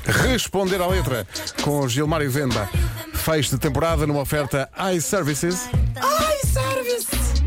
Responder à letra com Gilmário Vemba. Fecho de temporada numa oferta iServices. iService!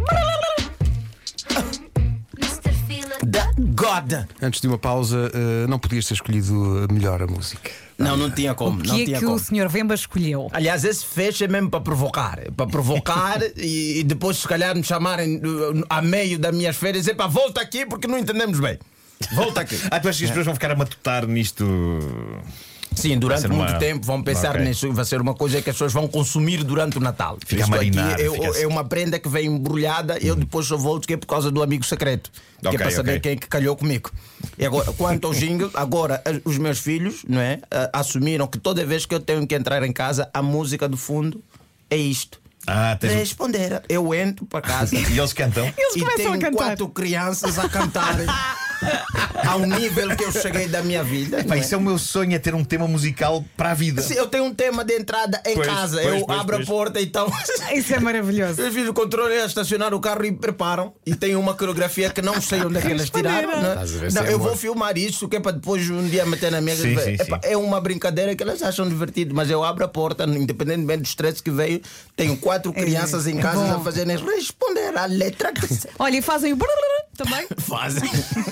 Da God! Antes de uma pausa, não podias ter escolhido melhor a música. Não tinha como. O que não é tinha que como. o Sr. Vemba escolheu? Aliás, esse fecho é mesmo para provocar. Para provocar e depois, se calhar, me chamarem a meio das minhas férias e dizer: pá, volta aqui porque não entendemos bem. Volta aqui. Tu achas que as pessoas vão ficar a matutar nisto? Sim, durante Vai ser muito uma- tempo vão pensar Ok. nisso. Vai ser uma coisa que as pessoas vão consumir durante o Natal. Fica a Isto marinar, aqui fica assim. é uma prenda que vem embrulhada. Eu depois só volto que é por causa do amigo secreto, que Ok, é para saber ok. quem é que calhou comigo. E agora, quanto ao jingle, agora os meus filhos, não é, assumiram que toda vez que eu tenho que entrar em casa, a música do fundo é isto. Tens Responder. Eu entro para casa E eles cantam? Eles e começam a tenho cantar. 4 crianças a cantarem ao nível que eu cheguei da minha vida. não Pá, é? isso é o meu sonho, é ter um tema musical para a vida. Sim, eu tenho um tema de entrada em Pois, casa. pois, Eu pois, abro pois. a porta, então. Isso é maravilhoso. Eu fiz o controle a estacionar o carro e preparam. E tem uma coreografia que não sei onde é que elas tiraram. Né? Estás a ver se Não, é eu amor. vou filmar isso, que é para depois um dia meter na mesa. Sim, e dizer, sim, "Epá, sim. é uma brincadeira que elas acham divertido, mas eu abro a porta, independentemente do stress que veio, tenho 4 crianças em casa bom. a fazerem responder à letra que Olha, e fazem o brrr também. fazem.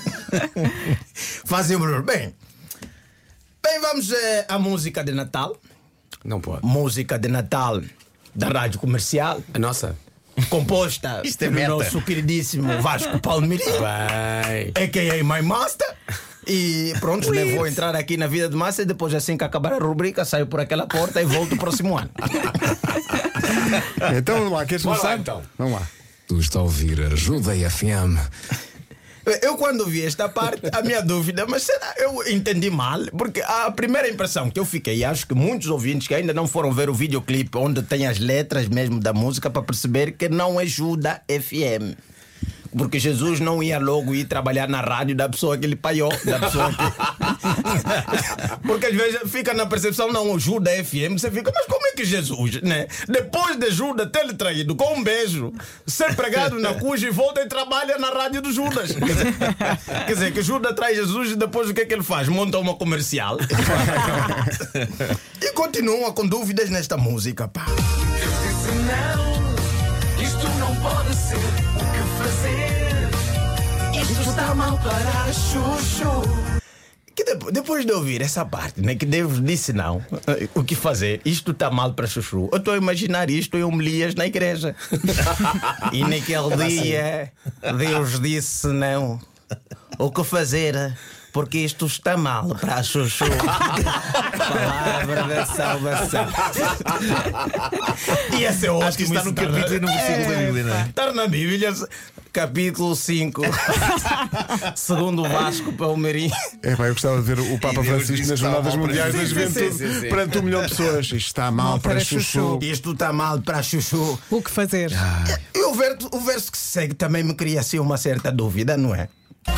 Fazem o barulho. Bem, vamos à música de Natal. Não pode. Música de Natal da Rádio Comercial, A nossa? composta Isto é pelo meta. nosso queridíssimo Vasco Palmeirim, Bem. a.k.a. My Master. E pronto, né, vou entrar aqui na vida de massa e depois, assim que acabar a rubrica, saio por aquela porta e volto o próximo ano. Então vamos lá, queres Bora lá, começar? então. Vamos lá. Tu está a ouvir a Ajuda FM. Eu, quando vi esta parte, a minha dúvida, mas será eu entendi mal? Porque a primeira impressão que eu fiquei, e acho que muitos ouvintes que ainda não foram ver o videoclipe onde tem as letras mesmo da música, para perceber que não é Juda FM. Porque Jesus não ia logo ir trabalhar na rádio da pessoa que ele paiou, da pessoa que... Porque às vezes fica na percepção, não, o Juda FM, você fica, mas como é que Jesus, né? Depois de Judas ter lhe traído com um beijo, ser pregado na cruz e volta e trabalha na rádio do Judas. Quer dizer, que Judas traz Jesus e depois o que é que ele faz? Monta uma comercial. E continua com dúvidas nesta música, pá. Isto não pode ser. O que fazer? Isto está mal para Chuchu. Que depois de ouvir essa parte, né, que Deus disse não, o que fazer? Isto está mal para Chuchu. Eu estou a imaginar isto em homilias na igreja. E naquele dia, Deus disse não. O que fazer? Porque isto está mal para Chuchu. Palavra da salvação. E esse é ótimo. Acho que isso está no capítulo e no versículo da Bíblia, não é? Está na Bíblia, capítulo 5. Segundo o Vasco Palmeirim. É pá, eu gostava de ver o Papa E Deus Francisco disse nas que está Jornadas mal para Mundiais da Chuchu. Juventude Sim, sim, sim. perante 1 milhão de pessoas. Isto está mal para Chuchu. Isto está mal para Chuchu. O que fazer? E o verso que se segue também me cria assim uma certa dúvida, não é?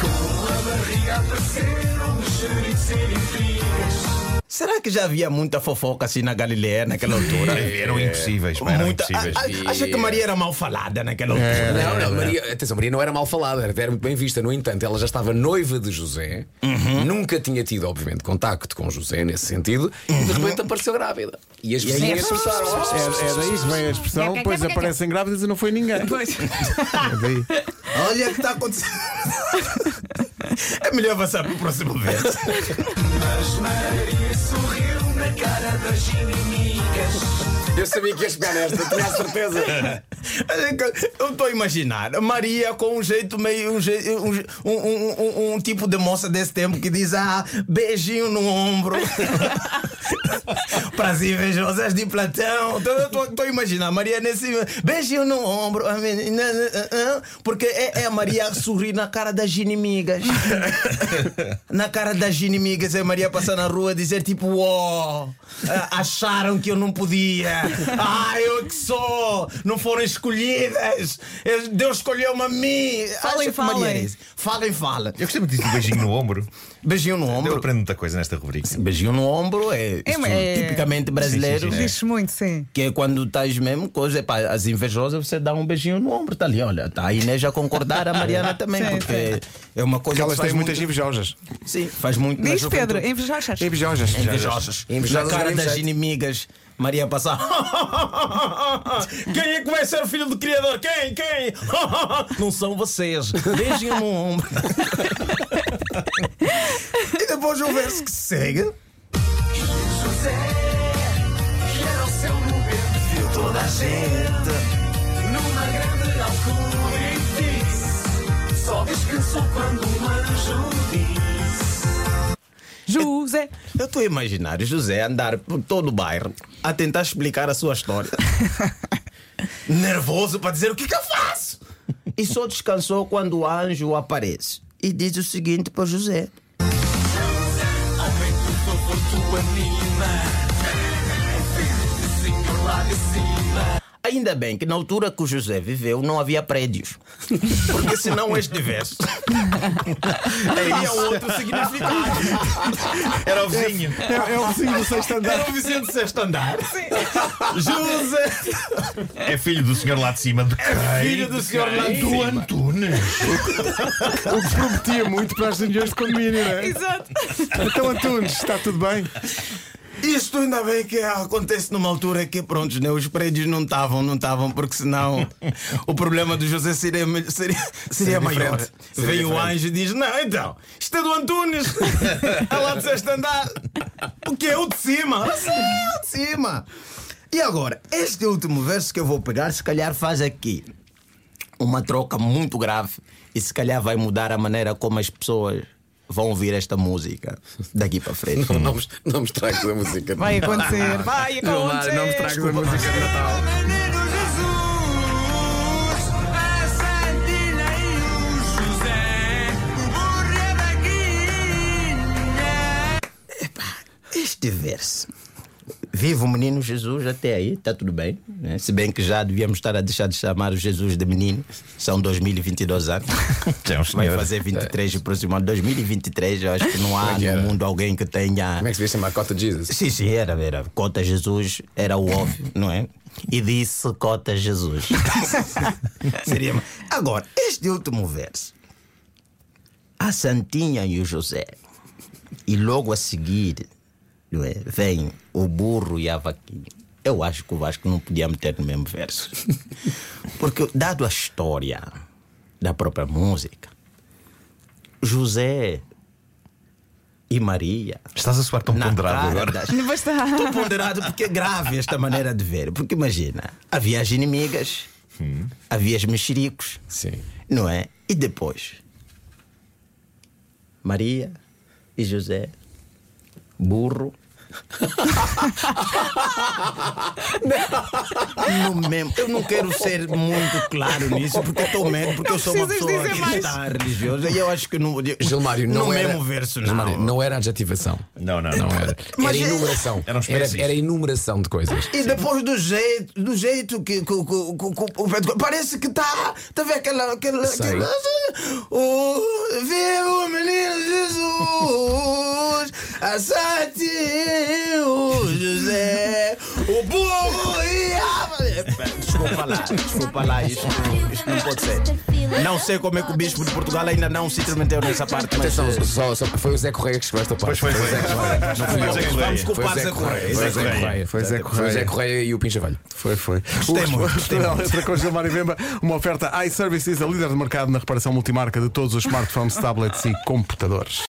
Será que já havia muita fofoca assim na Galileia naquela altura? Eram impossíveis, pá, eram Muita. impossíveis. Acha que Maria era mal falada naquela altura? Não, Maria, atenção, Maria não era mal falada, era muito bem vista. No entanto, ela já estava noiva de José, nunca tinha tido, obviamente, contacto com José nesse sentido, e de repente apareceu grávida. E as vizinhas começaram. É daí que vem a expressão, depois aparecem grávidas e não foi ninguém. Pois. É daí. Olha o que está acontecendo. É melhor avançar para o próximo verso. Mas Maria sorriu na cara das inimigas. Eu sabia que ias pegar nesta, tinha a certeza. Eu estou a imaginar Maria com um jeito meio um tipo de moça desse tempo que diz beijinho no ombro. Para as invejosas de Platão. Estou a imaginar Maria nesse beijinho no ombro, porque é a Maria a sorrir na cara das inimigas. Na cara das inimigas é Maria passar na rua dizer tipo acharam que eu não podia. Eu que sou. Não foram escolhidas. Deus escolheu-me a mim. Falem, Acha que Maria falem. é isso? Falem. Eu gostei muito disso do beijinho no ombro. Beijinho no Eu ombro. aprendo muita coisa nesta rubrica. Beijinho no ombro é, tipicamente brasileiro. Sim. Diz muito, sim. Que é quando estás mesmo, coisa, pá, as invejosas, você dá um beijinho no ombro, tá ali, olha, tá a Inês a concordar, a Mariana também, Sim, porque é uma coisa Porque elas que faz têm muitas muito, invejosas. sim, faz muito na Diz, juventude. Pedro, invejosas. Invejosas. Invejosas. Invejosas Na cara do mesmo das jeito. inimigas, Maria passar. Quem é que vai ser o filho do Criador? Quem? Não são vocês. Beijinho no ombro. E depois o verso que se segue. José, que era o seu momento, viu toda a gente numa grande altura e disse: só descansou quando um anjo disse. José. Eu estou a imaginar José andar por todo o bairro a tentar explicar a sua história. Nervoso para dizer o que eu faço. E só descansou quando o anjo aparece e diz o seguinte para José: Aumenta o favor, tu anima. Filho do Senhor lá de cima. ainda bem que na altura que o José viveu não havia prédios. Porque senão este verso teria outro significado. Era o vizinho. É o vizinho do sexto andar. Era o vizinho do sexto andar. José É filho do senhor lá de cima. De filho do senhor lá de do cima. Antunes. O que prometia muito para as reuniões de condomínio, não é? Exato. Então, Antunes, está tudo bem? Isto ainda bem que acontece numa altura que, pronto, né, os prédios não estavam, porque senão o problema do José seria maior. diferente. Veio o anjo e diz: não, então, isto é do Antunes, é lá do sexto andar. O que é o de cima? Sim, é o de cima. E agora, este último verso que eu vou pegar, se calhar faz aqui uma troca muito grave e se calhar vai mudar a maneira como as pessoas vão ouvir esta música daqui para frente. Não me estragues a música. Vai acontecer, vai acontecer. Não me estragues a música de Natal. Este verso. Viva o menino Jesus até aí, está tudo bem, né? Se bem que já devíamos estar a deixar de chamar o Jesus de menino. São 2022 anos. Já é um Vai senhor. fazer 23 e próximo ano 2023. Eu acho que não há no mundo alguém que tenha. Como é que se devia chamar? Cota de Jesus? Sim, era. Cota Jesus era o óbvio, não é? E disse Cota Jesus. Seria. Agora, este último verso. A Santinha e o José. E logo a seguir, não é? Vem o burro e a vaquinha. Eu acho que o Vasco não podia meter no mesmo verso. Porque, dado a história da própria música, José e Maria. Estás a soar tão na ponderado cara agora. das- Não basta. Estou ponderado porque é grave esta maneira de ver. Porque imagina, havia as inimigas, havia os mexericos, Sim. não é? E depois, Maria e José, burro. No mesmo. Eu não quero ser muito claro nisso, porque eu estou medo, porque eu sou uma Precisas pessoa dizer que mais. está religiosa e eu acho que não. Gilmário, no não era. mesmo verso, não. Gilmário, não era adjetivação. Não. Não era. Mas Era enumeração. Eram espécies. Era enumeração de coisas. E depois do jeito que o Pedro parece que está a ver aquela Sei. viva o menino Jesus, a Santinha, o José, o burro e a... Desculpa lá, isto não pode ser. Não sei como é que o bispo de Portugal ainda não se intrometeu nessa parte, mas Atenção, só foi o Zé Correia que escreveu esta parte. Pois foi. o Zé Correia. Não fui eu. Zé Correia. vamos Foi culpar o Zé Zé Correia. Correia. Foi o Zé Correia. Foi Zé Foi o Zé Correia. Correia e o Pincha Velho. Foi. Gostei muito, gostei muito. Letra com Gilmário Vemba, uma oferta iServices, a líder de mercado na reparação multimarca de todos os smartphones, tablets e computadores.